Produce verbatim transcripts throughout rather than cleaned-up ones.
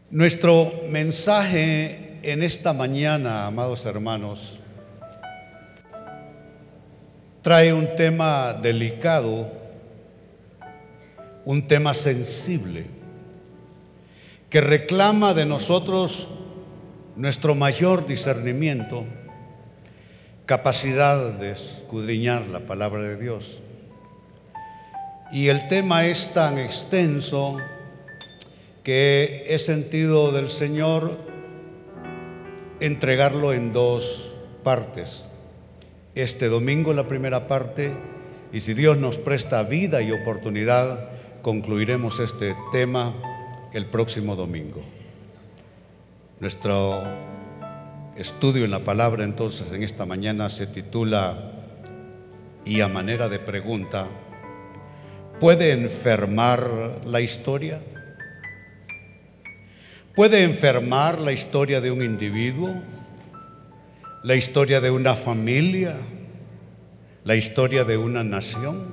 Nuestro mensaje en esta mañana, amados hermanos, trae un tema delicado, un tema sensible, que reclama de nosotros nuestro mayor discernimiento, capacidad de escudriñar la palabra de Dios. Y el tema es tan extenso que he sentido del Señor entregarlo en dos partes. Este domingo la primera parte, y si Dios nos presta vida y oportunidad, concluiremos este tema el próximo domingo. Nuestro estudio en la palabra entonces en esta mañana se titula, y a manera de pregunta, ¿puede enfermar la historia? ¿Puede enfermar la historia de un individuo, la historia de una familia, la historia de una nación?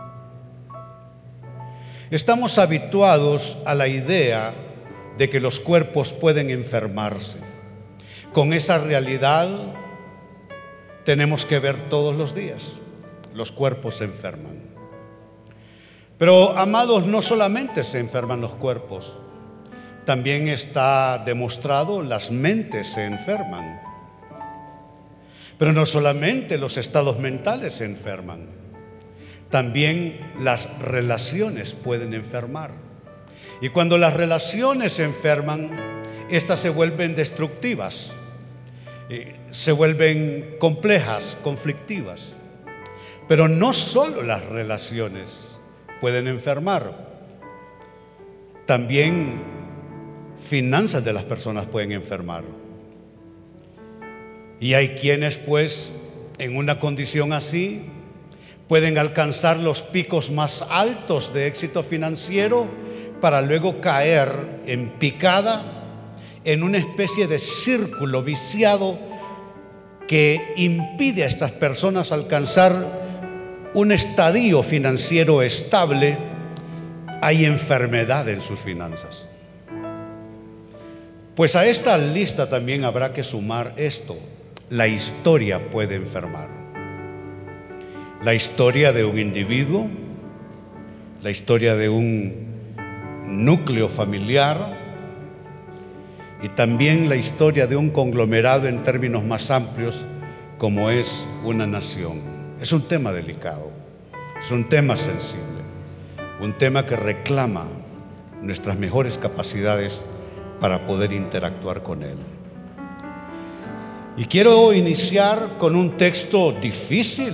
Estamos habituados a la idea de que los cuerpos pueden enfermarse. Con esa realidad tenemos que ver todos los días. Los cuerpos se enferman. Pero, amados, no solamente se enferman los cuerpos, también está demostrado, las mentes se enferman. Pero no solamente los estados mentales se enferman, también las relaciones pueden enfermar. Y cuando las relaciones se enferman, estas se vuelven destructivas, se vuelven complejas, conflictivas. Pero no solo las relaciones pueden enfermar, también finanzas de las personas pueden enfermar. Y hay quienes, pues, en una condición así, pueden alcanzar los picos más altos de éxito financiero para luego caer en picada, en una especie de círculo viciado que impide a estas personas alcanzar un estadio financiero estable. Hay enfermedad en sus finanzas. Pues a esta lista también habrá que sumar esto: la historia puede enfermar. La historia de un individuo, la historia de un núcleo familiar y también la historia de un conglomerado en términos más amplios como es una nación. Es un tema delicado, es un tema sensible, un tema que reclama nuestras mejores capacidades para poder interactuar con él. Y quiero iniciar con un texto difícil,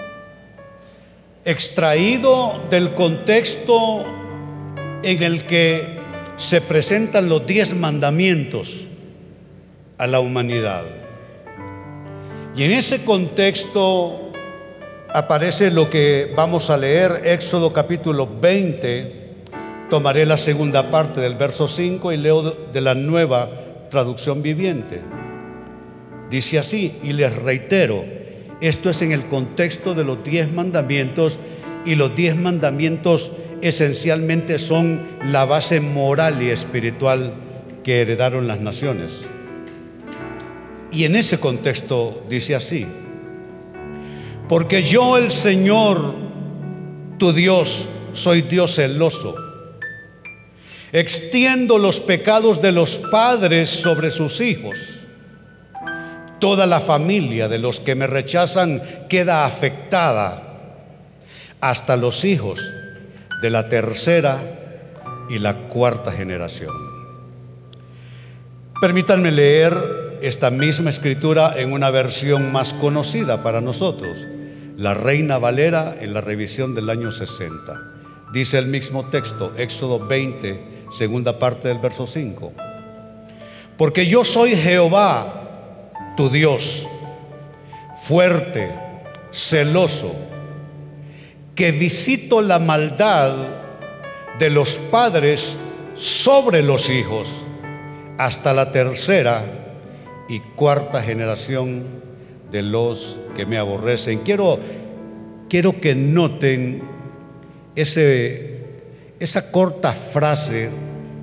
extraído del contexto en el que se presentan los diez mandamientos a la humanidad. Y en ese contexto aparece lo que vamos a leer, Éxodo capítulo veinte. Tomaré la segunda parte del verso cinco y leo de la Nueva Traducción Viviente. Dice así, y les reitero, esto es en el contexto de los diez mandamientos, y los diez mandamientos esencialmente son la base moral y espiritual que heredaron las naciones. Y en ese contexto dice así: porque yo, el Señor, tu Dios, soy Dios celoso. Extiendo los pecados de los padres sobre sus hijos. Toda la familia de los que me rechazan queda afectada, hasta los hijos de la tercera y la cuarta generación. Permítanme leer esta misma escritura en una versión más conocida para nosotros, la Reina Valera, en la revisión del año sesenta. Dice el mismo texto, Éxodo veinte, segunda parte del verso cinco. Porque yo soy Jehová, tu Dios, fuerte, celoso, que visito la maldad de los padres sobre los hijos, hasta la tercera y cuarta generación de los que me aborrecen. Quiero, quiero que noten ese, esa corta frase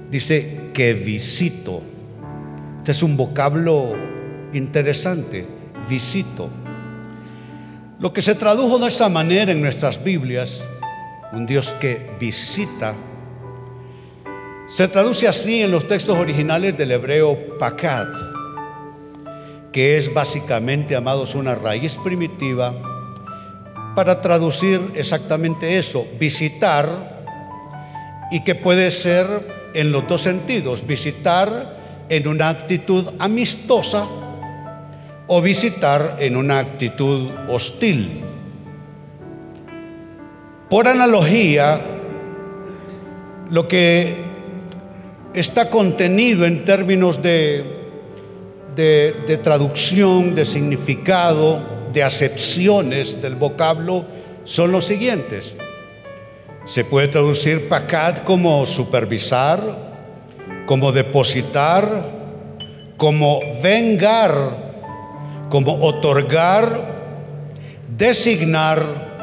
Dice que visito. Este es un vocablo interesante, visito. Lo que se tradujo de esa manera en nuestras Biblias, un Dios que visita, se traduce así en los textos originales del hebreo pakad, que es básicamente, amados, una raíz primitiva para traducir exactamente eso, visitar, y que puede ser en los dos sentidos: visitar en una actitud amistosa o visitar en una actitud hostil. Por analogía, lo que está contenido en términos de, de, de traducción, de significado, de acepciones del vocablo son los siguientes. Se puede traducir pakad como supervisar, como depositar, como vengar, como otorgar, designar,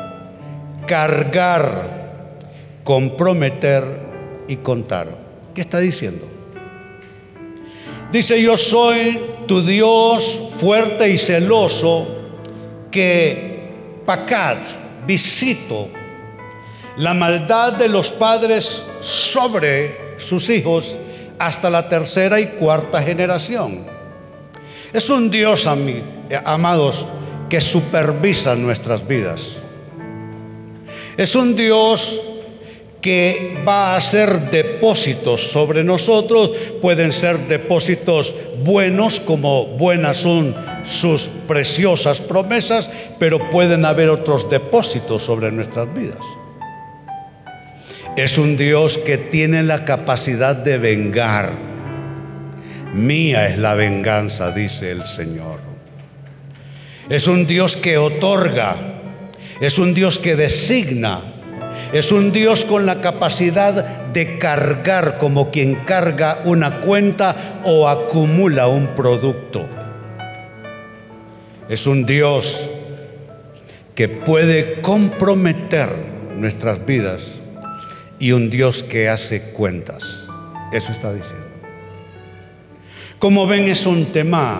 cargar, comprometer y contar. ¿Qué está diciendo? Dice: yo soy tu Dios fuerte y celoso, que pakad, visito la maldad de los padres sobre sus hijos hasta la tercera y cuarta generación. Es un Dios, amados, que supervisa nuestras vidas. Es un Dios que va a hacer depósitos sobre nosotros. Pueden ser depósitos buenos, como buenas son sus preciosas promesas, pero pueden haber otros depósitos sobre nuestras vidas. Es un Dios que tiene la capacidad de vengar. Mía es la venganza, dice el Señor. Es un Dios que otorga. Es un Dios que designa. Es un Dios con la capacidad de cargar, como quien carga una cuenta o acumula un producto. Es un Dios que puede comprometer nuestras vidas y un Dios que hace cuentas. Eso está diciendo. Como ven, es un tema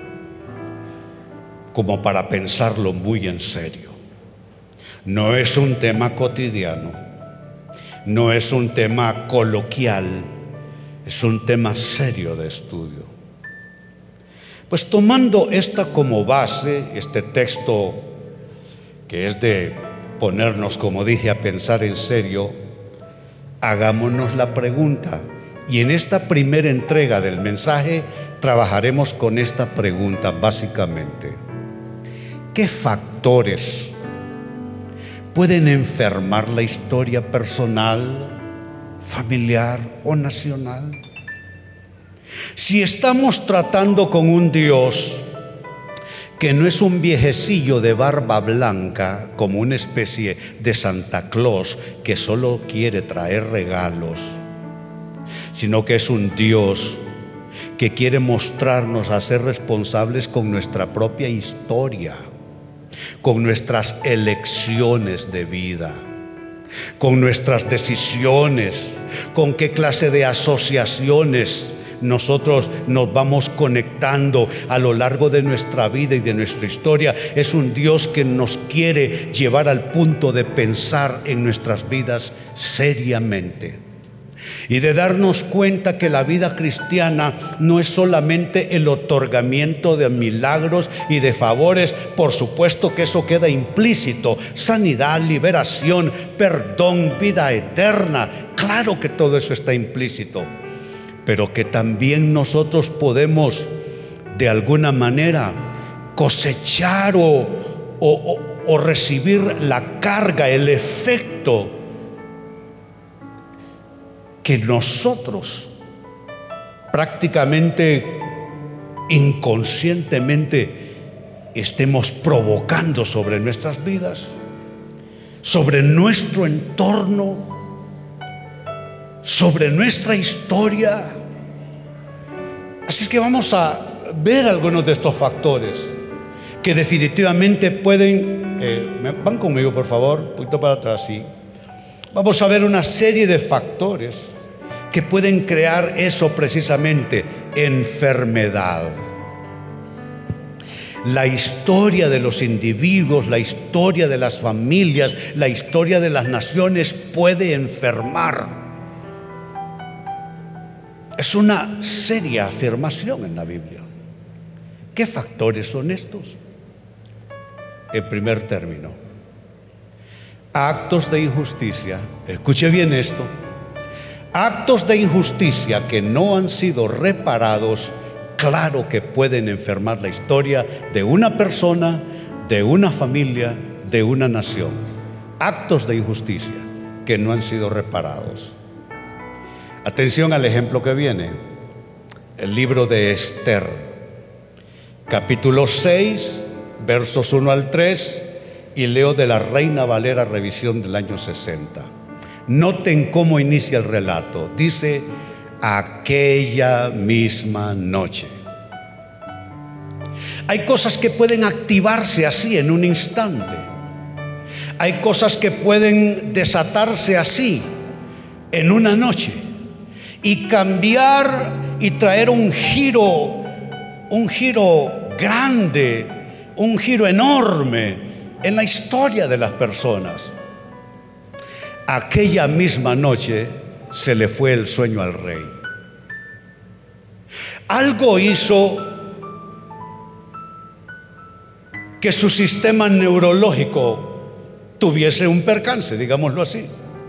como para pensarlo muy en serio. No es un tema cotidiano, no es un tema coloquial, es un tema serio de estudio. Pues tomando esta como base, este texto que es de ponernos, como dije, a pensar en serio, hagámonos la pregunta. Y en esta primera entrega del mensaje trabajaremos con esta pregunta básicamente: ¿qué factores pueden enfermar la historia personal, familiar o nacional? Si estamos tratando con un Dios que no es un viejecillo de barba blanca, como una especie de Santa Claus que solo quiere traer regalos, sino que es un Dios que quiere mostrarnos a ser responsables con nuestra propia historia, con nuestras elecciones de vida, con nuestras decisiones, con qué clase de asociaciones nosotros nos vamos conectando a lo largo de nuestra vida y de nuestra historia. Es un Dios que nos quiere llevar al punto de pensar en nuestras vidas seriamente y de darnos cuenta que la vida cristiana no es solamente el otorgamiento de milagros y de favores. Por supuesto que eso queda implícito: sanidad, liberación, perdón, vida eterna. Claro que todo eso está implícito, pero que también nosotros podemos de alguna manera cosechar o, o, o, o recibir la carga, el efecto que nosotros prácticamente inconscientemente estemos provocando sobre nuestras vidas, sobre nuestro entorno, sobre nuestra historia. Así es que vamos a ver algunos de estos factores que definitivamente pueden eh, van conmigo, por favor, un poquito para atrás, sí. Vamos a ver una serie de factores que pueden crear eso precisamente, enfermedad. La historia de los individuos, la historia de las familias, la historia de las naciones puede enfermar. Es una seria afirmación en la Biblia. ¿Qué factores son estos? En primer término, actos de injusticia. Escuche bien esto. Actos de injusticia que no han sido reparados, claro que pueden enfermar la historia de una persona, de una familia, de una nación. Actos de injusticia que no han sido reparados. Atención al ejemplo que viene. El libro de Esther, capítulo seis, versos uno al tres, y leo de la Reina Valera revisión del año sesenta. Noten cómo inicia el relato. Dice: aquella misma noche. Hay cosas que pueden activarse así en un instante. Hay cosas que pueden desatarse así en una noche y cambiar y traer un giro, un giro grande, un giro enorme en la historia de las personas. Aquella misma noche se le fue el sueño al rey. Algo hizo que su sistema neurológico tuviese un percance, digámoslo así.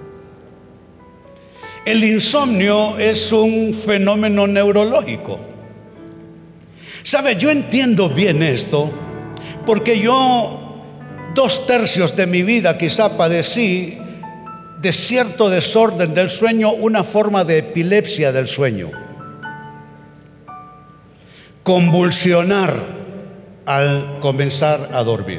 El insomnio es un fenómeno neurológico. ¿Sabe? Yo entiendo bien esto porque yo dos tercios de mi vida quizá padecí de cierto desorden del sueño, una forma de epilepsia del sueño. Convulsionar al comenzar a dormir.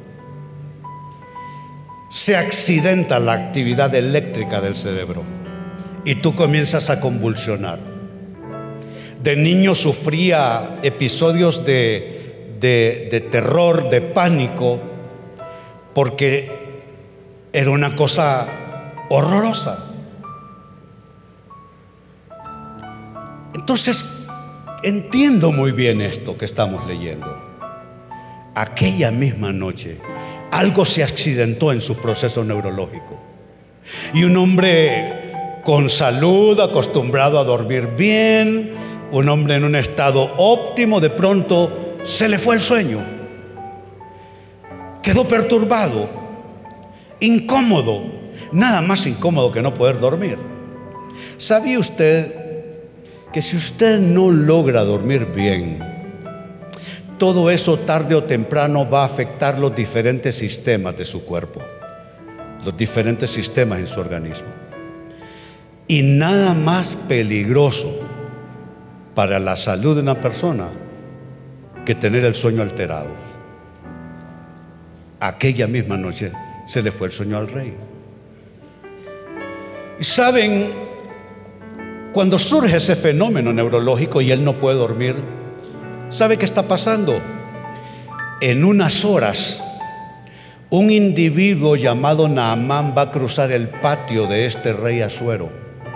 Se accidenta la actividad eléctrica del cerebro y tú comienzas a convulsionar. De niño sufría episodios de, de, de terror, de pánico, porque era una cosa horrorosa. Entonces, entiendo muy bien esto que estamos leyendo. Aquella misma noche, algo se accidentó en su proceso neurológico. Y un hombre con salud, acostumbrado a dormir bien, un hombre en un estado óptimo, de pronto se le fue el sueño. Quedó perturbado, incómodo, nada más incómodo que no poder dormir. ¿Sabía usted que si usted no logra dormir bien, todo eso tarde o temprano va a afectar los diferentes sistemas de su cuerpo, los diferentes sistemas en su organismo? Y nada más peligroso para la salud de una persona que tener el sueño alterado. Aquella misma noche se le fue el sueño al rey. Y saben, cuando surge ese fenómeno neurológico y él no puede dormir, ¿sabe qué está pasando? En unas horas, un individuo llamado Naamán va a cruzar el patio de este rey Asuero.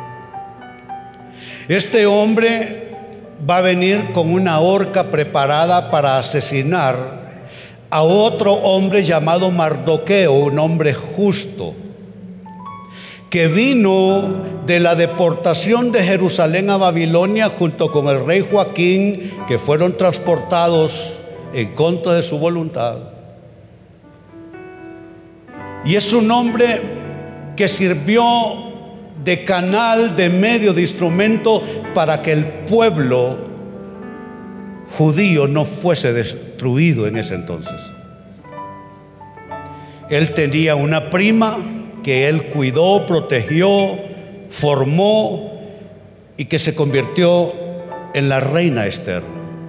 Este hombre va a venir con una horca preparada para asesinar a otro hombre llamado Mardoqueo, un hombre justo, que vino de la deportación de Jerusalén a Babilonia junto con el rey Joaquín, que fueron transportados en contra de su voluntad. Y es un hombre que sirvió de canal, de medio, de instrumento para que el pueblo judío no fuese destruido en ese entonces. Él tenía una prima que él cuidó, protegió, formó y que se convirtió en la reina Esther.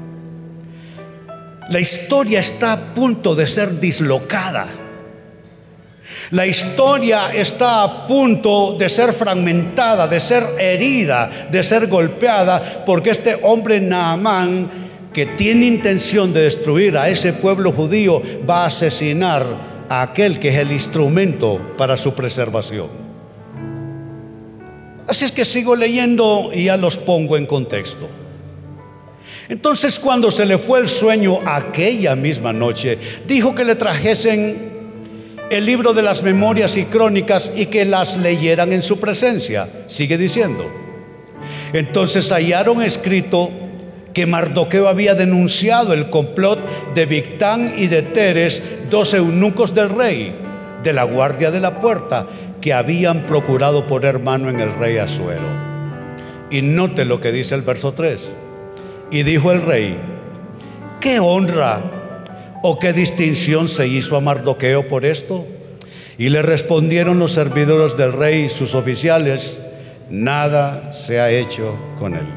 La historia está a punto de ser dislocada. La historia está a punto de ser fragmentada, de ser herida, de ser golpeada, porque este hombre Naamán, que tiene intención de destruir a ese pueblo judío, va a asesinar a aquel que es el instrumento para su preservación. Así es que sigo leyendo y ya los pongo en contexto. Entonces, cuando se le fue el sueño aquella misma noche, dijo que le trajesen el libro de las memorias y crónicas y que las leyeran en su presencia. Sigue diciendo: entonces hallaron escrito que Mardoqueo había denunciado el complot de Bigtán y de Teres, dos eunucos del rey, de la guardia de la puerta, que habían procurado poner mano en el rey Asuero. Y note lo que dice el verso tres. Y dijo el rey: ¿qué honra o qué distinción se hizo a Mardoqueo por esto? Y le respondieron los servidores del rey y sus oficiales: nada se ha hecho con él.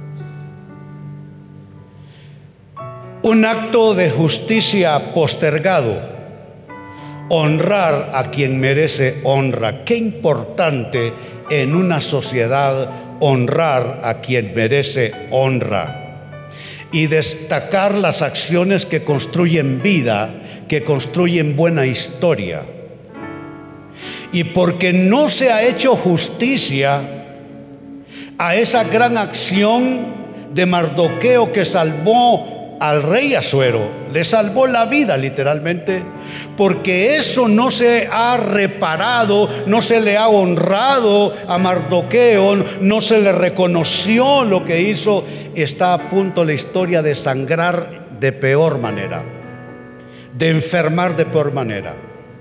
Un acto de justicia postergado, honrar a quien merece honra. Qué importante en una sociedad honrar a quien merece honra y destacar las acciones que construyen vida, que construyen buena historia. Y porque no se ha hecho justicia a esa gran acción de Mardoqueo que salvó al rey Asuero, le salvó la vida literalmente, porque eso no se ha reparado, no se le ha honrado a Mardoqueo, no se le reconoció lo que hizo, está a punto la historia de sangrar de peor manera, de enfermar de peor manera.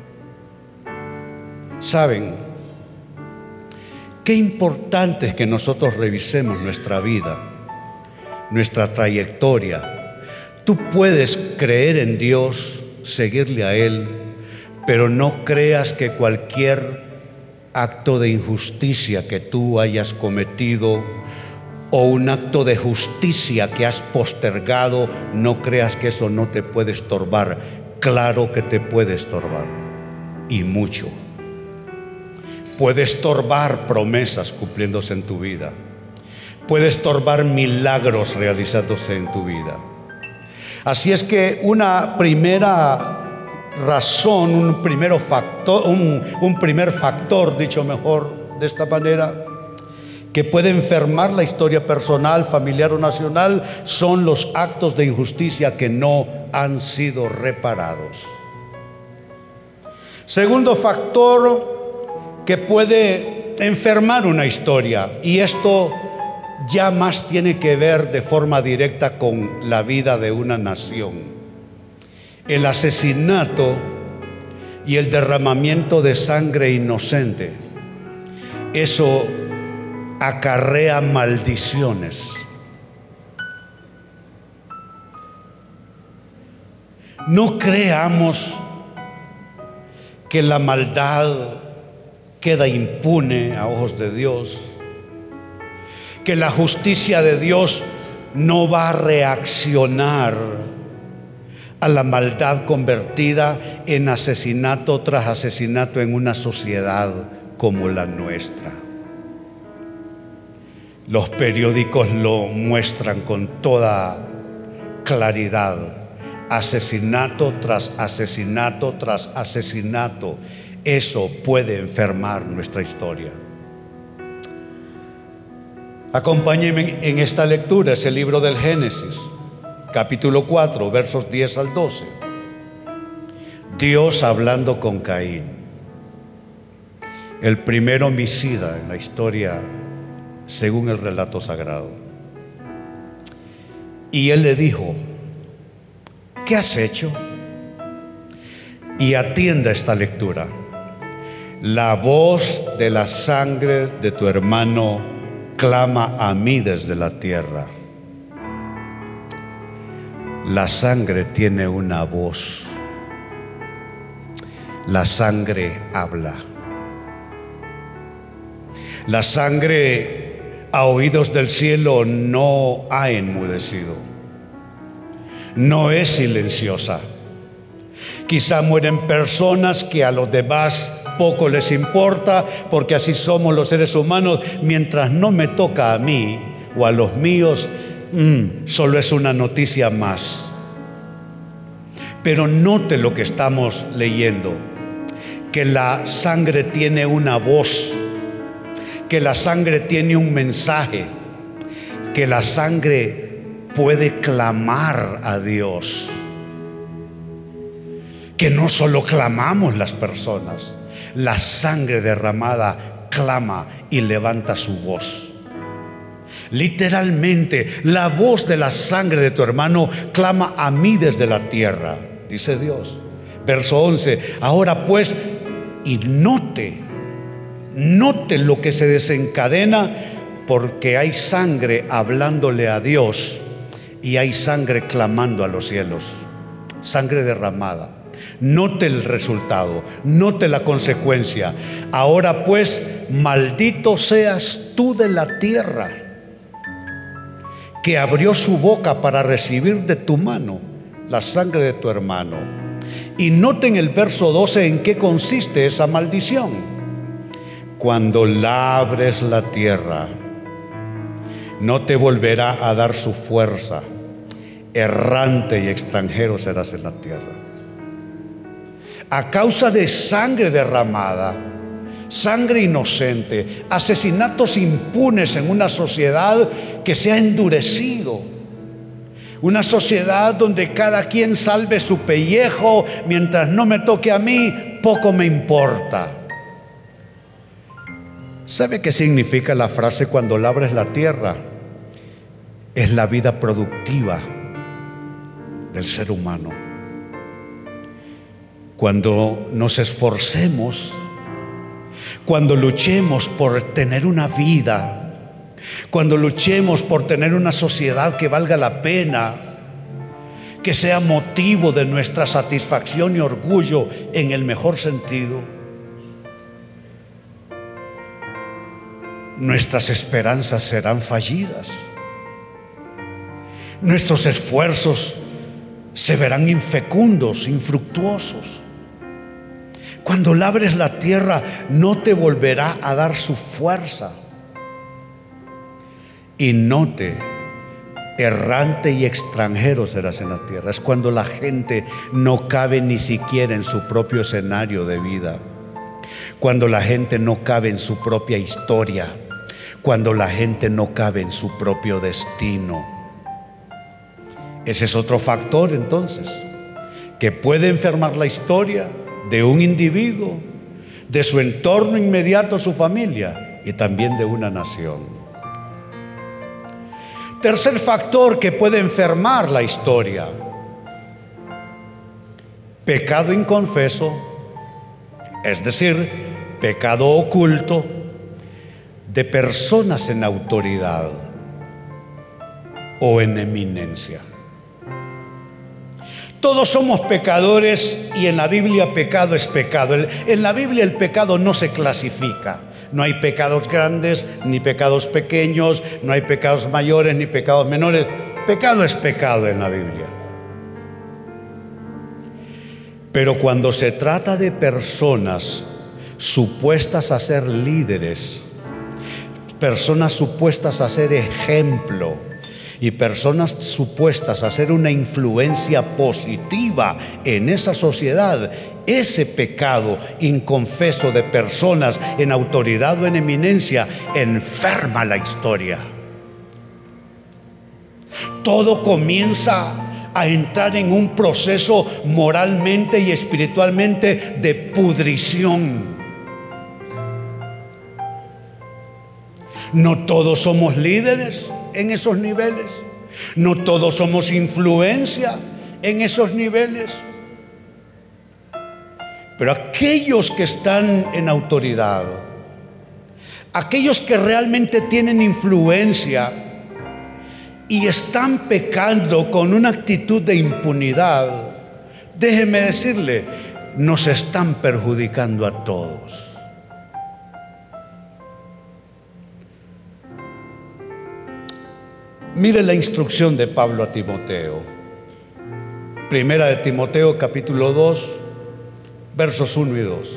¿Saben? Qué importante es que nosotros revisemos nuestra vida, nuestra trayectoria. Tú puedes creer en Dios, seguirle a Él, pero no creas que cualquier acto de injusticia que tú hayas cometido o un acto de justicia que has postergado, no creas que eso no te puede estorbar. Claro que te puede estorbar, y mucho. Puede estorbar promesas cumpliéndose en tu vida, puede estorbar milagros realizándose en tu vida. Así es que una primera razón, un primer factor, un, un primer factor, dicho mejor de esta manera, que puede enfermar la historia personal, familiar o nacional, son los actos de injusticia que no han sido reparados. Segundo factor que puede enfermar una historia, y esto ya más tiene que ver de forma directa con la vida de una nación: el asesinato y el derramamiento de sangre inocente. Eso acarrea maldiciones. No creamos que la maldad queda impune a ojos de Dios, que la justicia de Dios no va a reaccionar a la maldad convertida en asesinato tras asesinato en una sociedad como la nuestra. Los periódicos lo muestran con toda claridad: asesinato tras asesinato tras asesinato. Eso puede enfermar nuestra historia. Acompáñenme en esta lectura, es el libro del Génesis, capítulo cuatro, versos diez al doce. Dios hablando con Caín, el primer homicida en la historia según el relato sagrado. Y él le dijo: ¿qué has hecho? Y atienda esta lectura: la voz de la sangre de tu hermano clama a mí desde la tierra. La sangre tiene una voz. La sangre habla. La sangre a oídos del cielo no ha enmudecido, no es silenciosa. Quizá mueren personas que a los demás poco les importa, porque así somos los seres humanos. Mientras no me toca a mí o a los míos, mmm, solo es una noticia más. Pero note lo que estamos leyendo, que la sangre tiene una voz, que la sangre tiene un mensaje, que la sangre puede clamar a Dios, que no solo clamamos las personas, la sangre derramada clama y levanta su voz. Literalmente, la voz de la sangre de tu hermano clama a mí desde la tierra, dice Dios. Verso once, ahora pues, y note, note lo que se desencadena, porque hay sangre hablándole a Dios y hay sangre clamando a los cielos, sangre derramada. Note el resultado, note la consecuencia. Ahora pues, maldito seas tú de la tierra, que abrió su boca para recibir de tu mano la sangre de tu hermano. Y noten el verso doce en qué consiste esa maldición. Cuando labres la tierra, no te volverá a dar su fuerza. Errante y extranjero serás en la tierra. A causa de sangre derramada, sangre inocente, asesinatos impunes en una sociedad que se ha endurecido, una sociedad donde cada quien salve su pellejo, mientras no me toque a mí, poco me importa. ¿Sabe qué significa la frase cuando labres la tierra? Es la vida productiva del ser humano. Cuando nos esforcemos, cuando luchemos por tener una vida, cuando luchemos por tener una sociedad que valga la pena, que sea motivo de nuestra satisfacción y orgullo en el mejor sentido, nuestras esperanzas serán fallidas. Nuestros esfuerzos se verán infecundos, infructuosos. Cuando labres la tierra, no te volverá a dar su fuerza. Y note, errante y extranjero serás en la tierra. Es cuando la gente no cabe ni siquiera en su propio escenario de vida, cuando la gente no cabe en su propia historia, cuando la gente no cabe en su propio destino. Ese es otro factor entonces que puede enfermar la historia de un individuo, de su entorno inmediato, su familia, y también de una nación. Tercer factor que puede enfermar la historia: pecado inconfeso, es decir, pecado oculto de personas en autoridad o en eminencia. Todos somos pecadores y en la Biblia pecado es pecado. En la Biblia el pecado no se clasifica. No hay pecados grandes ni pecados pequeños, no hay pecados mayores ni pecados menores. Pecado es pecado en la Biblia. Pero cuando se trata de personas supuestas a ser líderes, personas supuestas a ser ejemplo, y personas supuestas a ser una influencia positiva en esa sociedad, ese pecado inconfeso de personas en autoridad o en eminencia enferma la historia. Todo comienza a entrar en un proceso moralmente y espiritualmente de pudrición. No todos somos líderes en esos niveles, no todos somos influencia en esos niveles, pero aquellos que están en autoridad, aquellos que realmente tienen influencia y están pecando con una actitud de impunidad, déjeme decirle, nos están perjudicando a todos. Mire la instrucción de Pablo a Timoteo. Primera de Timoteo, capítulo dos, versos uno y dos.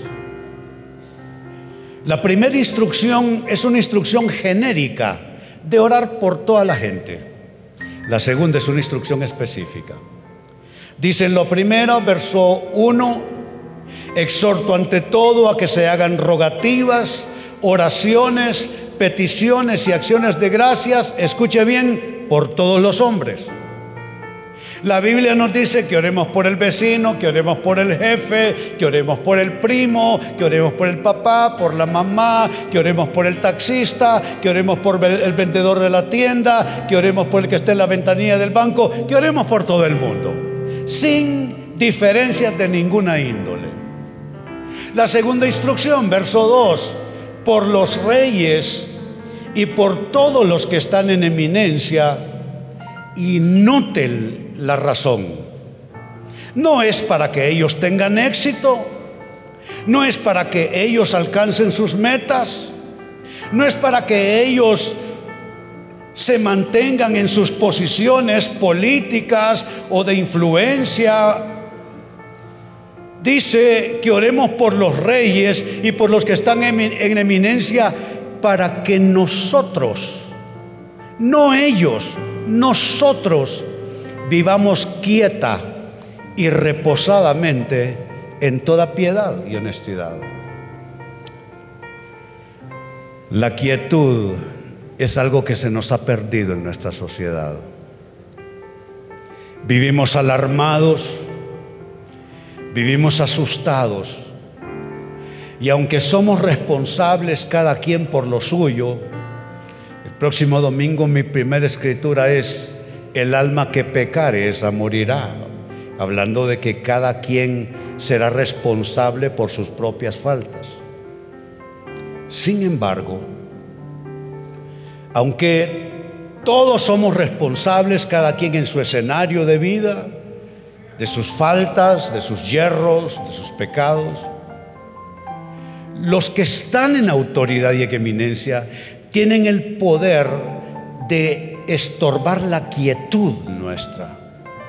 La primera instrucción es una instrucción genérica de orar por toda la gente. La segunda es una instrucción específica. Dice en lo primero, verso uno: exhorto ante todo a que se hagan rogativas, oraciones, peticiones y acciones de gracias, escuche bien, por todos los hombres. La Biblia nos dice que oremos por el vecino, que oremos por el jefe, que oremos por el primo, que oremos por el papá, por la mamá, que oremos por el taxista, que oremos por el vendedor de la tienda, que oremos por el que esté en la ventanilla del banco, que oremos por todo el mundo, sin diferencias de ninguna índole. La segunda instrucción, verso dos, por los reyes y por todos los que están en eminencia, y noten la razón. No es para que ellos tengan éxito, no es para que ellos alcancen sus metas, no es para que ellos se mantengan en sus posiciones políticas o de influencia. Dice que oremos por los reyes y por los que están en eminencia, para que nosotros, no ellos, nosotros vivamos quieta y reposadamente en toda piedad y honestidad. La quietud es algo que se nos ha perdido en nuestra sociedad. Vivimos alarmados, vivimos asustados, y aunque somos responsables cada quien por lo suyo, el próximo domingo mi primera escritura es: el alma que pecare, esa morirá, hablando de que cada quien será responsable por sus propias faltas. Sin embargo, aunque todos somos responsables, cada quien en su escenario de vida, de sus faltas, de sus yerros, de sus pecados, los que están en autoridad y en eminencia tienen el poder de estorbar la quietud nuestra.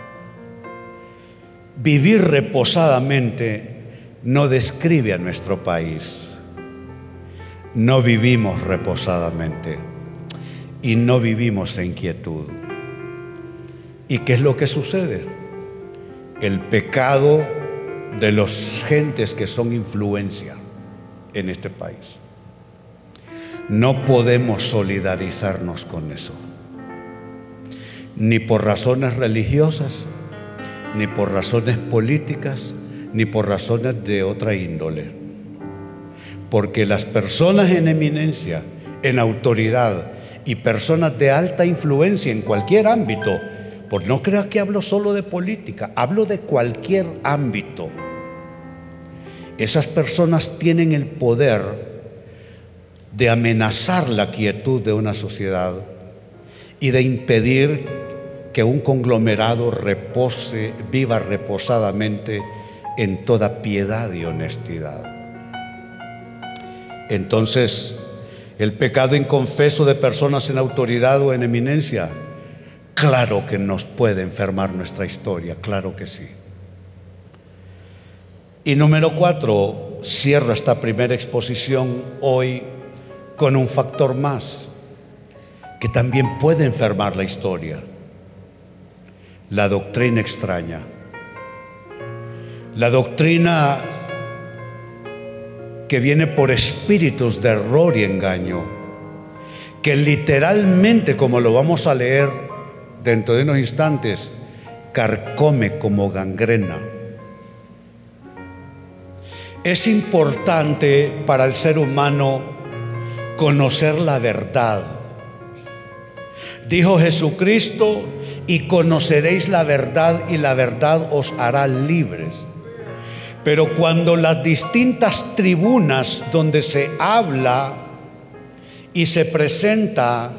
Vivir reposadamente no describe a nuestro país. No vivimos reposadamente y no vivimos en quietud. ¿Y qué es lo que sucede? El pecado de las gentes que son influencia en este país. No podemos solidarizarnos con eso, ni por razones religiosas, ni por razones políticas, ni por razones de otra índole. Porque las personas en eminencia, en autoridad, y personas de alta influencia en cualquier ámbito, pues no crea que hablo solo de política, hablo de cualquier ámbito. Esas personas tienen el poder de amenazar la quietud de una sociedad y de impedir que un conglomerado repose, viva reposadamente en toda piedad y honestidad. Entonces, el pecado inconfeso de personas en autoridad o en eminencia, claro que nos puede enfermar nuestra historia, claro que sí. Y número cuatro, cierro esta primera exposición hoy con un factor más que también puede enfermar la historia: la doctrina extraña. La doctrina que viene por espíritus de error y engaño, que literalmente, como lo vamos a leer dentro de unos instantes, carcome como gangrena. Es importante para el ser humano conocer la verdad. Dijo Jesucristo: y conoceréis la verdad, y la verdad os hará libres. Pero cuando las distintas tribunas donde se habla y se presenta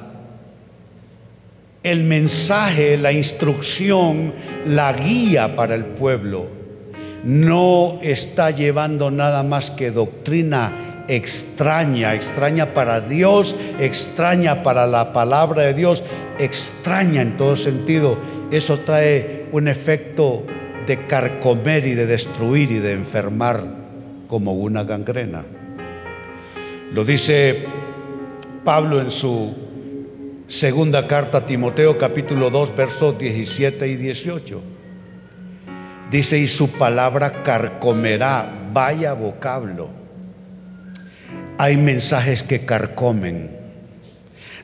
el mensaje, la instrucción, la guía para el pueblo, no está llevando nada más que doctrina extraña, extraña para Dios, extraña para la palabra de Dios, extraña en todo sentido, eso trae un efecto de carcomer y de destruir y de enfermar como una gangrena. Lo dice Pablo en su segunda carta a Timoteo, capítulo dos, versos diecisiete y dieciocho. Dice: y su palabra carcomerá. Vaya vocablo. Hay mensajes que carcomen,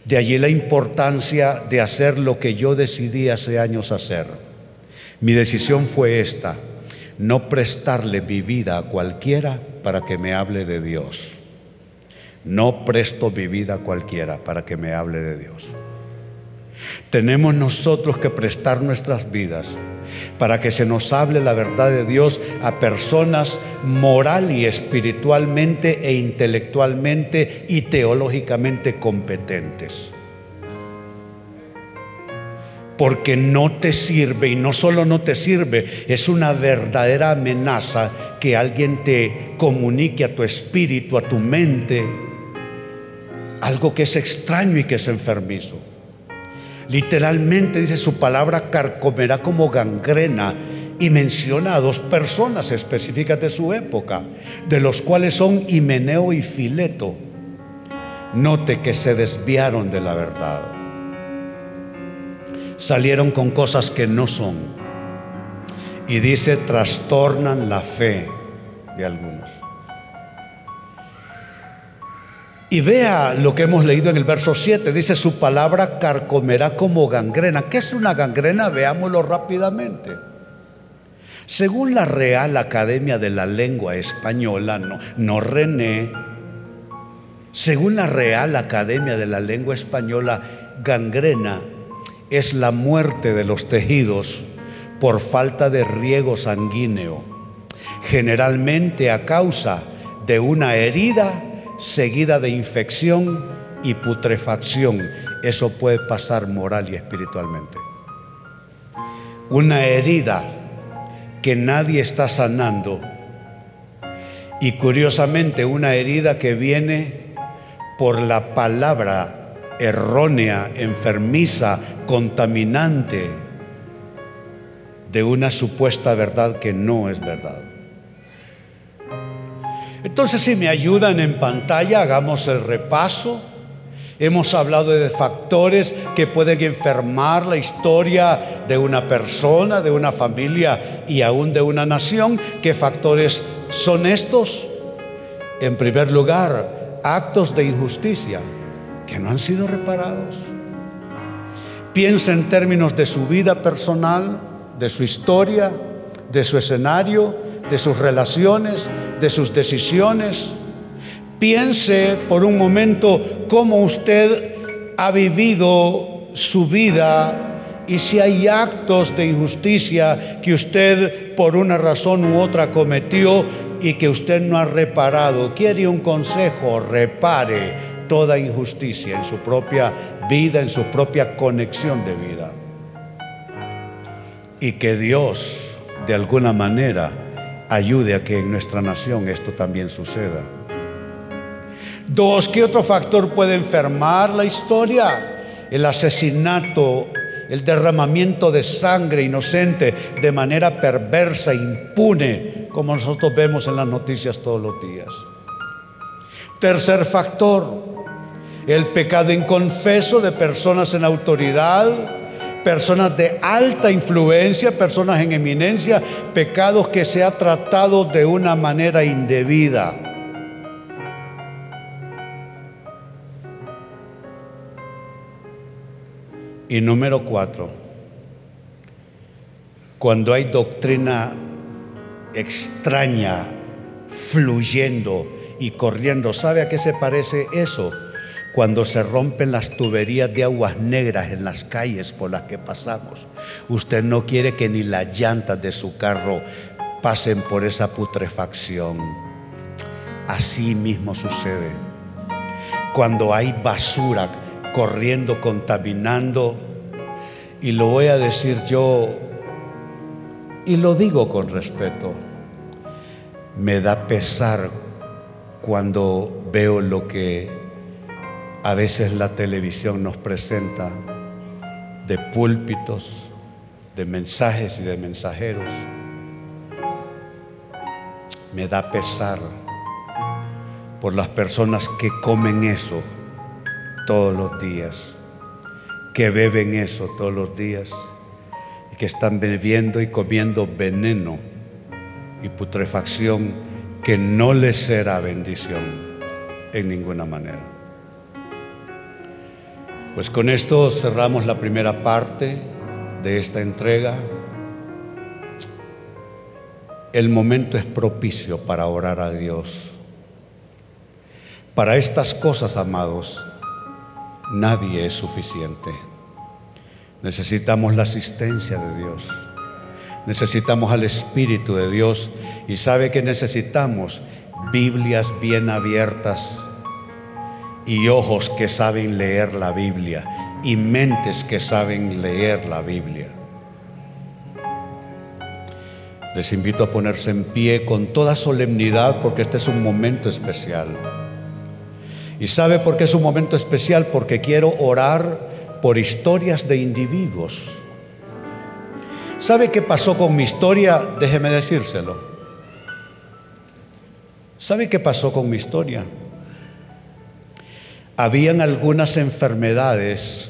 De allí la importancia de hacer lo que yo decidí hace años hacer. Mi decisión fue esta: no prestarle mi vida a cualquiera para que me hable de Dios. No presto mi vida a cualquiera para que me hable de Dios. Tenemos nosotros que prestar nuestras vidas para que se nos hable la verdad de Dios a personas moral y espiritualmente e intelectualmente y teológicamente competentes. Porque no te sirve, y no solo no te sirve, es una verdadera amenaza que alguien te comunique a tu espíritu, a tu mente, algo que es extraño y que es enfermizo. Literalmente dice: su palabra carcomerá como gangrena, y menciona a dos personas específicas de su época, de los cuales son Himeneo y Fileto. Note que se desviaron de la verdad, salieron con cosas que no son, y dice: trastornan la fe de algunos. Y vea lo que hemos leído en el verso siete, dice: su palabra carcomerá como gangrena. ¿Qué es una gangrena? Veámoslo rápidamente. Según la Real Academia de la Lengua Española, no, no René, según la Real Academia de la Lengua Española, gangrena es la muerte de los tejidos por falta de riego sanguíneo, generalmente a causa de una herida seguida de infección y putrefacción. Eso puede pasar moral y espiritualmente. Una herida que nadie está sanando, y curiosamente una herida que viene por la palabra errónea, enfermiza, contaminante de una supuesta verdad que no es verdad. Entonces, si me ayudan en pantalla, hagamos el repaso. Hemos hablado de factores que pueden enfermar la historia de una persona, de una familia y aún de una nación. ¿Qué factores son estos? En primer lugar, actos de injusticia que no han sido reparados. Piensa en términos de su vida personal, de su historia, de su escenario, de sus relaciones, de sus decisiones. Piense por un momento cómo usted ha vivido su vida y si hay actos de injusticia que usted por una razón u otra cometió y que usted no ha reparado. ¿Quiere un consejo? Repare toda injusticia en su propia vida, en su propia conexión de vida. Y que Dios, de alguna manera, ayude a que en nuestra nación esto también suceda. Dos, ¿qué otro factor puede enfermar la historia? El asesinato, el derramamiento de sangre inocente de manera perversa, impune, como nosotros vemos en las noticias todos los días. Tercer factor, el pecado inconfeso de personas en autoridad, personas de alta influencia, personas en eminencia, pecados que se ha tratado de una manera indebida. Y número cuatro, cuando hay doctrina extraña fluyendo y corriendo. ¿Sabe a qué se parece eso? Cuando se rompen las tuberías de aguas negras en las calles por las que pasamos. Usted no quiere que ni las llantas de su carro pasen por esa putrefacción. Así mismo sucede cuando hay basura corriendo, contaminando. Y lo voy a decir yo, y lo digo con respeto, me da pesar cuando veo lo que a veces la televisión nos presenta de púlpitos, de mensajes y de mensajeros. Me da pesar por las personas que comen eso todos los días, que beben eso todos los días y que están bebiendo y comiendo veneno y putrefacción que no les será bendición en ninguna manera. Pues con esto cerramos la primera parte de esta entrega. El momento es propicio para orar a Dios. Para estas cosas, amados, nadie es suficiente. Necesitamos la asistencia de Dios. Necesitamos al Espíritu de Dios. Y sabe que necesitamos Biblias bien abiertas y ojos que saben leer la Biblia y mentes que saben leer la Biblia. Les invito a ponerse en pie con toda solemnidad, porque este es un momento especial. ¿Y sabe por qué es un momento especial? Porque quiero orar por historias de individuos. ¿Sabe qué pasó con mi historia? Déjeme decírselo. ¿Sabe qué pasó con mi historia? Habían algunas enfermedades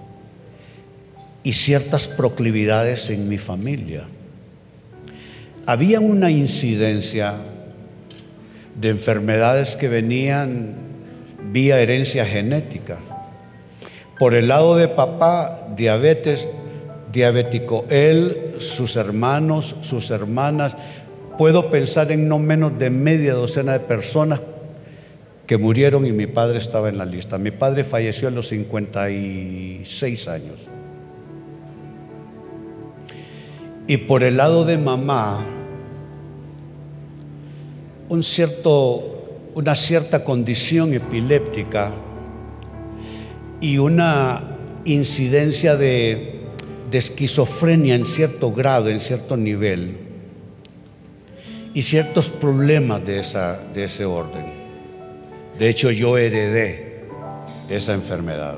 y ciertas proclividades en mi familia. Había una incidencia de enfermedades que venían vía herencia genética. Por el lado de papá, diabetes, diabético. Él, sus hermanos, sus hermanas. Puedo pensar en no menos de media docena de personas que murieron y mi padre estaba en la lista. Mi padre falleció a los cincuenta y seis años. Y por el lado de mamá, un cierto, una cierta condición epiléptica y una incidencia de, de esquizofrenia en cierto grado, en cierto nivel, y ciertos problemas de, esa, de ese orden. De hecho, yo heredé esa enfermedad.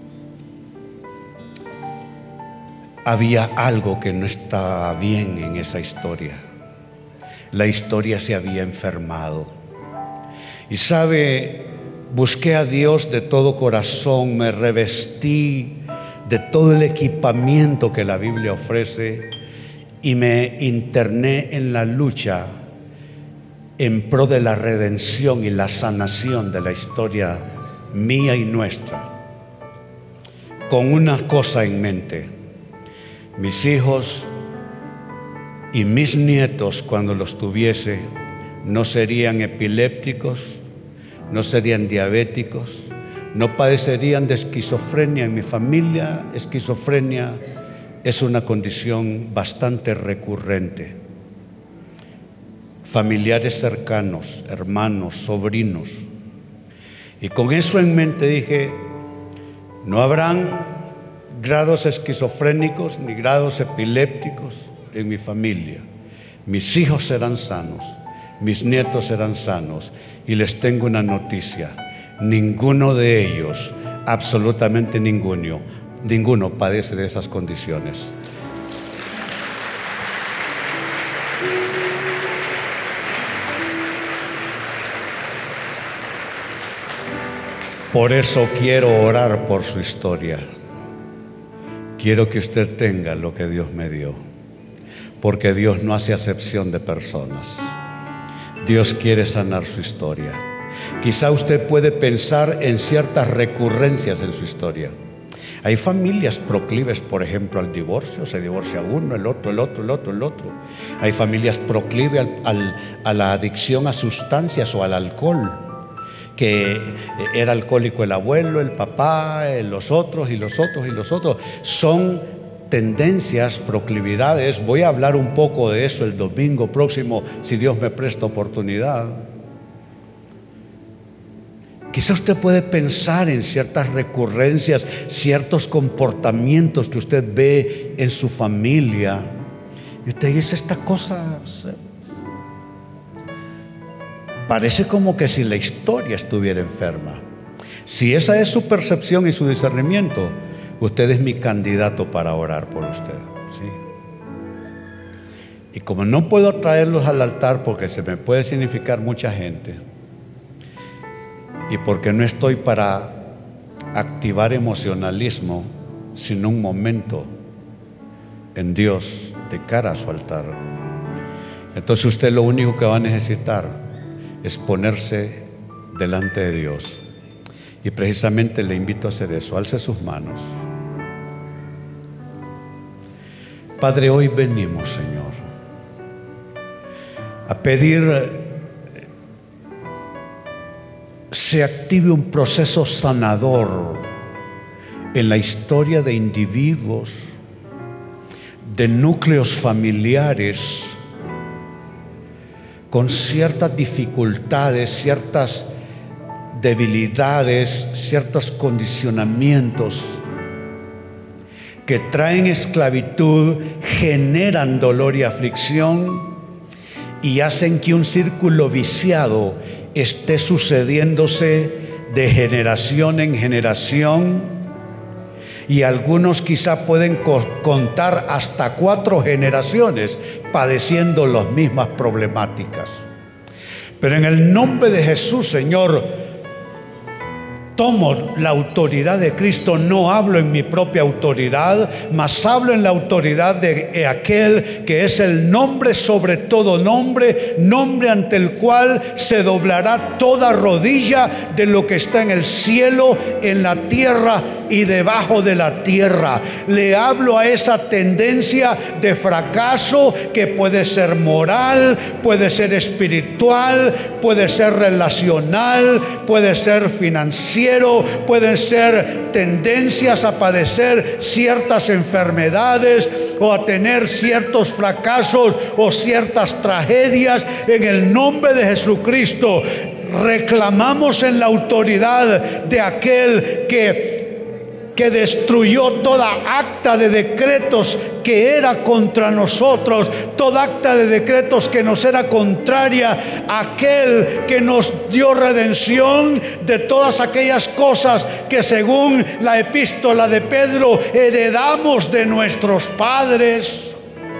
Había algo que no estaba bien en esa historia. La historia se había enfermado. Y sabe, busqué a Dios de todo corazón, me revestí de todo el equipamiento que la Biblia ofrece y me interné en la lucha en pro de la redención y la sanación de la historia mía y nuestra, con una cosa en mente: mis hijos y mis nietos, cuando los tuviese, no serían epilépticos, no serían diabéticos, no padecerían de esquizofrenia. En mi familia, esquizofrenia es una condición bastante recurrente. Familiares cercanos, hermanos, sobrinos. Y con eso en mente dije: no habrán grados esquizofrénicos ni grados epilépticos en mi familia. Mis hijos serán sanos, mis nietos serán sanos. Y les tengo una noticia: ninguno de ellos, absolutamente ninguno, ninguno padece de esas condiciones. Por eso quiero orar por su historia. Quiero que usted tenga lo que Dios me dio, porque Dios no hace acepción de personas. Dios quiere sanar su historia. Quizá usted puede pensar en ciertas recurrencias en su historia. Hay familias proclives, por ejemplo, al divorcio. Se divorcia uno, el otro, el otro, el otro, el otro. Hay familias proclives al, al, a la adicción a sustancias o al alcohol, que era alcohólico el abuelo, el papá, los otros y los otros y los otros. Son tendencias, proclividades. Voy a hablar un poco de eso el domingo próximo, si Dios me presta oportunidad. Quizá usted puede pensar en ciertas recurrencias, ciertos comportamientos que usted ve en su familia, y usted dice: esta cosa parece como que si la historia estuviera enferma. Si esa es su percepción y su discernimiento, usted es mi candidato para orar por usted, ¿sí? Y como no puedo traerlos al altar porque se me puede significar mucha gente, y porque no estoy para activar emocionalismo, sino un momento en Dios de cara a su altar, entonces usted lo único que va a necesitar es ponerse delante de Dios Y precisamente le invito a hacer eso. Alce sus manos. Padre, hoy venimos, Señor, a pedir se active un proceso sanador en la historia de individuos, de núcleos familiares con ciertas dificultades, ciertas debilidades, ciertos condicionamientos que traen esclavitud, generan dolor y aflicción y hacen que un círculo viciado esté sucediéndose de generación en generación, y algunos quizá pueden co- contar hasta cuatro generaciones padeciendo las mismas problemáticas. Pero en el nombre de Jesús, Señor, tomo la autoridad de Cristo. No hablo en mi propia autoridad, mas hablo en la autoridad de aquel que es el nombre sobre todo nombre, nombre ante el cual se doblará toda rodilla de lo que está en el cielo, en la tierra y debajo de la tierra. Le hablo a esa tendencia de fracaso que puede ser moral, puede ser espiritual, puede ser relacional, puede ser financiero, pueden ser tendencias a padecer ciertas enfermedades o a tener ciertos fracasos o ciertas tragedias. En el nombre de Jesucristo reclamamos en la autoridad de aquel que que destruyó toda acta de decretos que era contra nosotros, toda acta de decretos que nos era contraria, aquel que nos dio redención de todas aquellas cosas que según la epístola de Pedro heredamos de nuestros padres.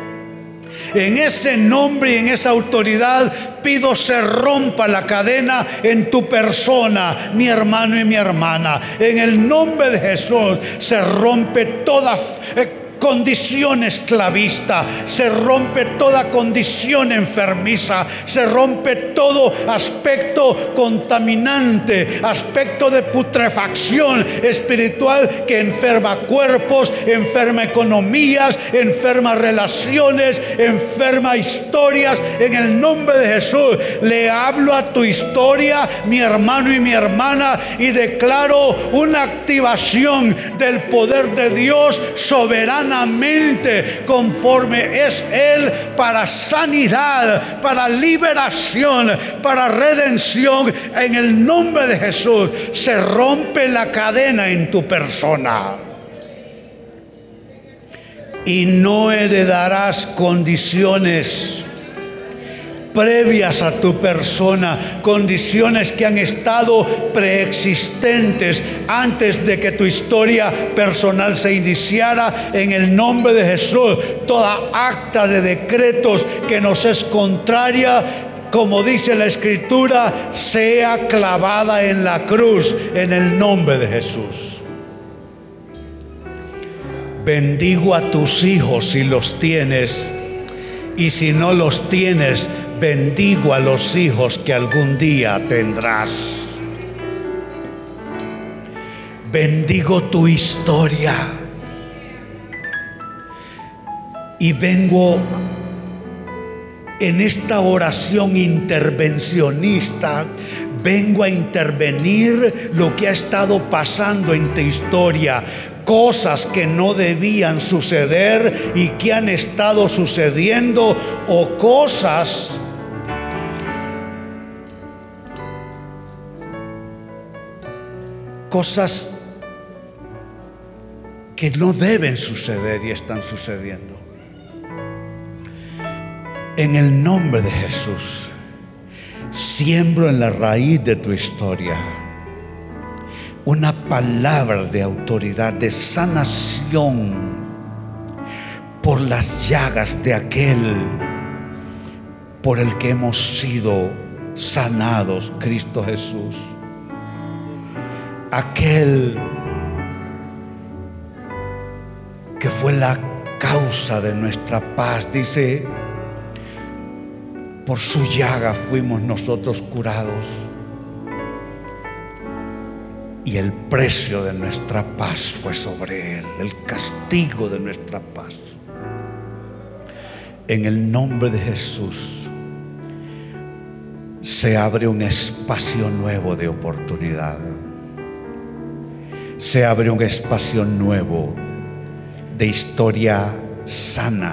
En ese nombre y en esa autoridad pido se rompa la cadena en tu persona, mi hermano y mi hermana. En el nombre de Jesús se rompe toda eh, condición esclavista, se rompe toda condición enfermiza, se rompe todo aspecto contaminante, aspecto de putrefacción espiritual que enferma cuerpos, enferma economías, enferma relaciones, enferma historias. En el nombre de Jesús le hablo a tu historia, mi hermano y mi hermana, y declaro una activación del poder de Dios soberano, conforme es Él, para sanidad, para liberación, para redención. En el nombre de Jesús se rompe la cadena en tu persona y no heredarás condiciones previas a tu persona, condiciones que han estado preexistentes antes de que tu historia personal se iniciara. En el nombre de Jesús, toda acta de decretos que nos es contraria, como dice la Escritura, sea clavada en la cruz, en el nombre de Jesús. Bendigo a tus hijos si los tienes, y si no los tienes, bendigo a los hijos que algún día tendrás. Bendigo tu historia y vengo en esta oración intervencionista. Vengo a intervenir lo que ha estado pasando en tu historia, cosas que no debían suceder y que han estado sucediendo, o cosas cosas que no deben suceder y están sucediendo. En el nombre de Jesús, siembro en la raíz de tu historia una palabra de autoridad, de sanación por las llagas de aquel por el que hemos sido sanados, Cristo Jesús. Aquel que fue la causa de nuestra paz. Dice, por su llaga fuimos nosotros curados. y el precio de nuestra paz fue sobre él, el castigo de nuestra paz. En el nombre de Jesús se abre un espacio nuevo de oportunidad. Se abre un espacio nuevo de historia sana,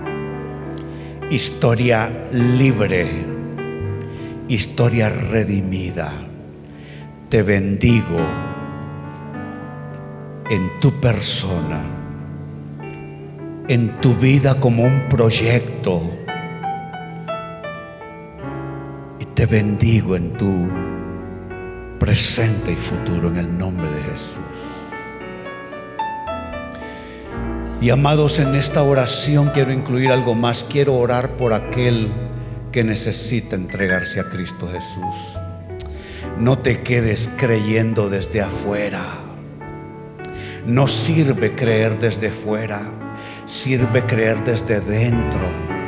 historia libre, historia redimida. Te bendigo en tu persona, en tu vida como un proyecto, y te bendigo en tu presente y futuro en el nombre de Jesús. Y amados, en esta oración quiero incluir algo más. Quiero orar por aquel que necesita entregarse a Cristo Jesús. No te quedes creyendo desde afuera. No sirve creer desde fuera, sirve creer desde dentro.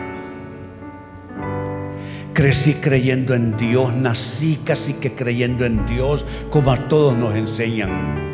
Crecí creyendo en Dios, nací casi que creyendo en Dios, como a todos nos enseñan.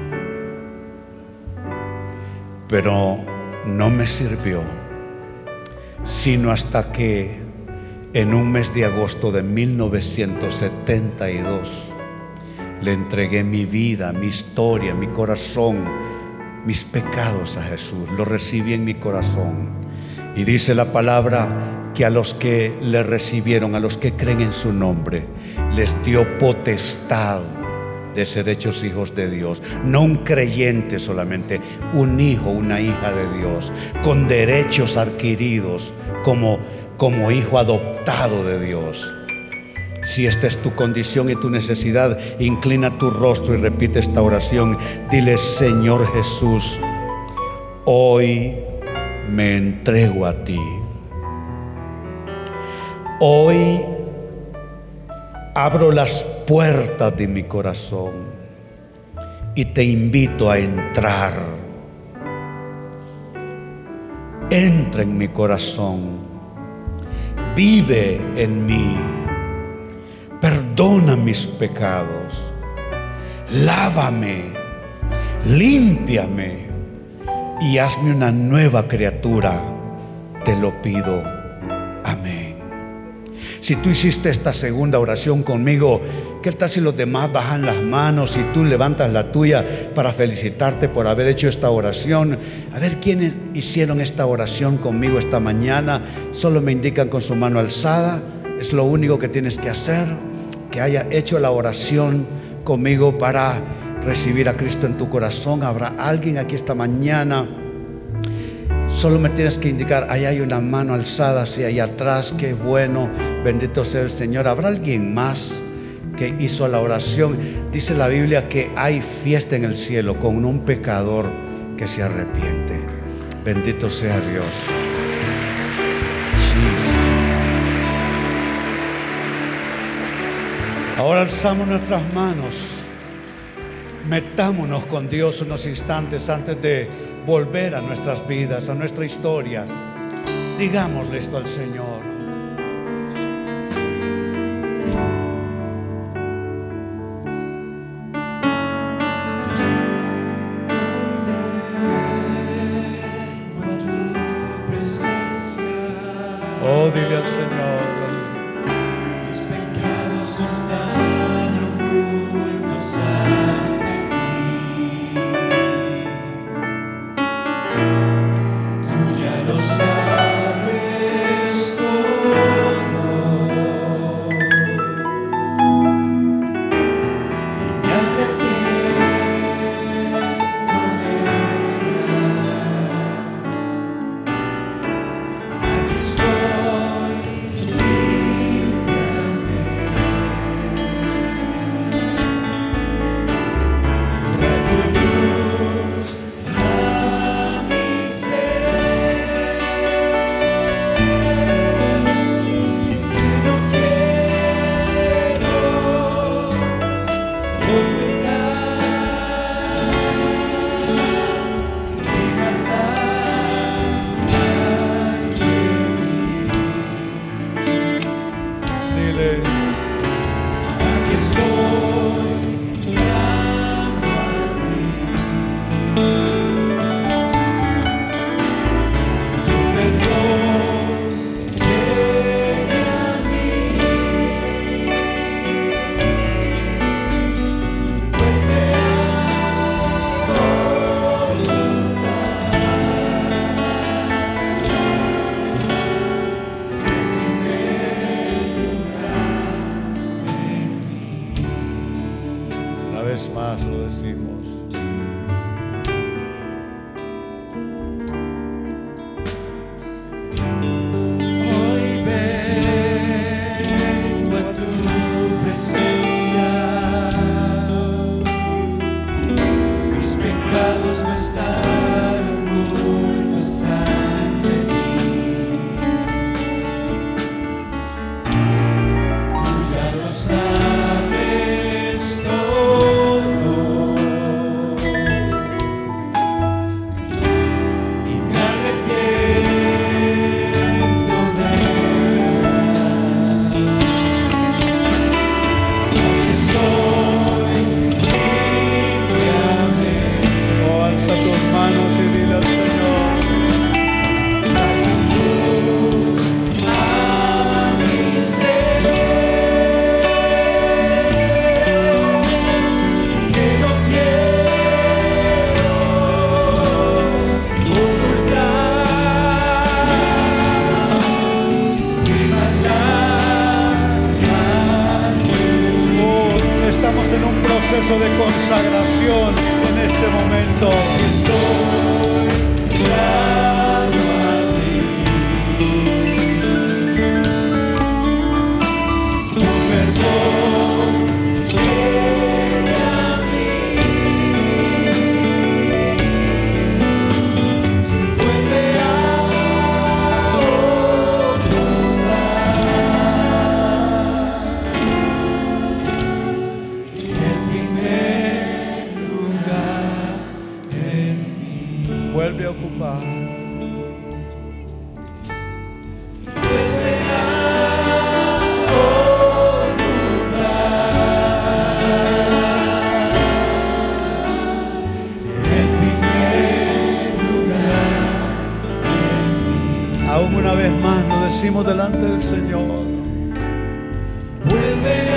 Pero no me sirvió, sino hasta que en un mes de agosto de mil novecientos setenta y dos le entregué mi vida, mi historia, mi corazón, mis pecados a Jesús. Lo recibí en mi corazón. Y dice la palabra que a los que le recibieron, a los que creen en su nombre, les dio potestad de ser hechos hijos de Dios. No un creyente solamente, un hijo, una hija de Dios, con derechos adquiridos como, como hijo adoptado de Dios. Si esta es tu condición y tu necesidad, inclina tu rostro y repite esta oración. Dile: Señor Jesús, hoy me entrego a ti. Hoy abro las puertas de mi corazón y te invito a entrar. Entra en mi corazón, vive en mí, perdona mis pecados, lávame, límpiame y hazme una nueva criatura. Te lo pido. Amén. Si tú hiciste esta segunda oración conmigo, ¿qué tal si los demás bajan las manos y tú levantas la tuya para felicitarte por haber hecho esta oración? A ver quiénes hicieron esta oración conmigo esta mañana. Solo me indican con su mano alzada. Es lo único que tienes que hacer, que haya hecho la oración conmigo para recibir a Cristo en tu corazón. Habrá alguien aquí esta mañana. Solo me tienes que indicar, ahí hay una mano alzada, sí, ahí atrás. Qué bueno, bendito sea el Señor. ¿Habrá alguien más que hizo la oración? Dice la Biblia que hay fiesta en el cielo con un pecador que se arrepiente. Bendito sea Dios. Jesus. Ahora alzamos nuestras manos. Metámonos con Dios unos instantes antes de volver a nuestras vidas, a nuestra historia. Digámosle esto al Señor. Oh, dile al Señor: mis pecados están ocultos ante ti. Tú ya lo sabes todo. Y me arrepiento de verdad. Aquí estoy. proceso de consagración en este momento. Estoy claro a ti. Tu perdón llega a mí. Vuelve a vuelve a ocupar. Vuelve a ocupar el primer lugar en mí. Aún una vez más lo decimos delante del Señor. Vuelve a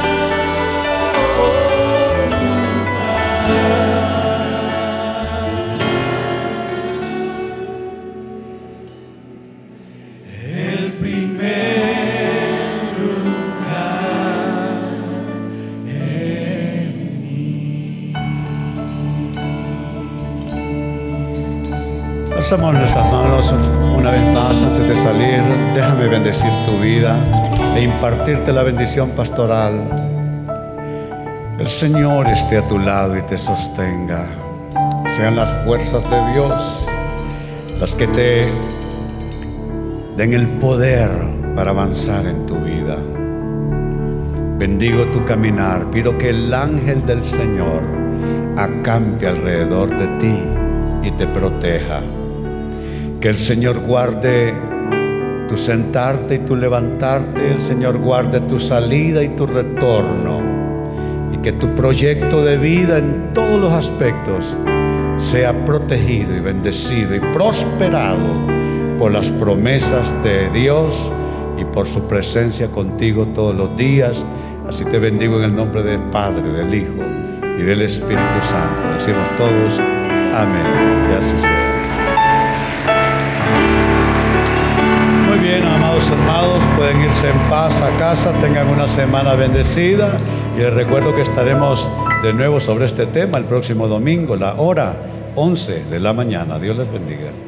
Alzamos nuestras manos una vez más antes de salir. Déjame bendecir tu vida e impartirte la bendición pastoral. El Señor esté a tu lado y te sostenga. Sean las fuerzas de Dios las que te den el poder para avanzar en tu vida. Bendigo tu caminar. Pido que el ángel del Señor acampe alrededor de ti y te proteja. Que el Señor guarde tu sentarte y tu levantarte. El Señor guarde tu salida y tu retorno. Y que tu proyecto de vida en todos los aspectos sea protegido y bendecido y prosperado por las promesas de Dios y por su presencia contigo todos los días. Así te bendigo en el nombre del Padre, del Hijo y del Espíritu Santo. Decimos todos amén. Y así sea. Muy bien, amados hermanos, pueden irse en paz a casa, tengan una semana bendecida y les recuerdo que estaremos de nuevo sobre este tema el próximo domingo, la hora once de la mañana. Dios les bendiga.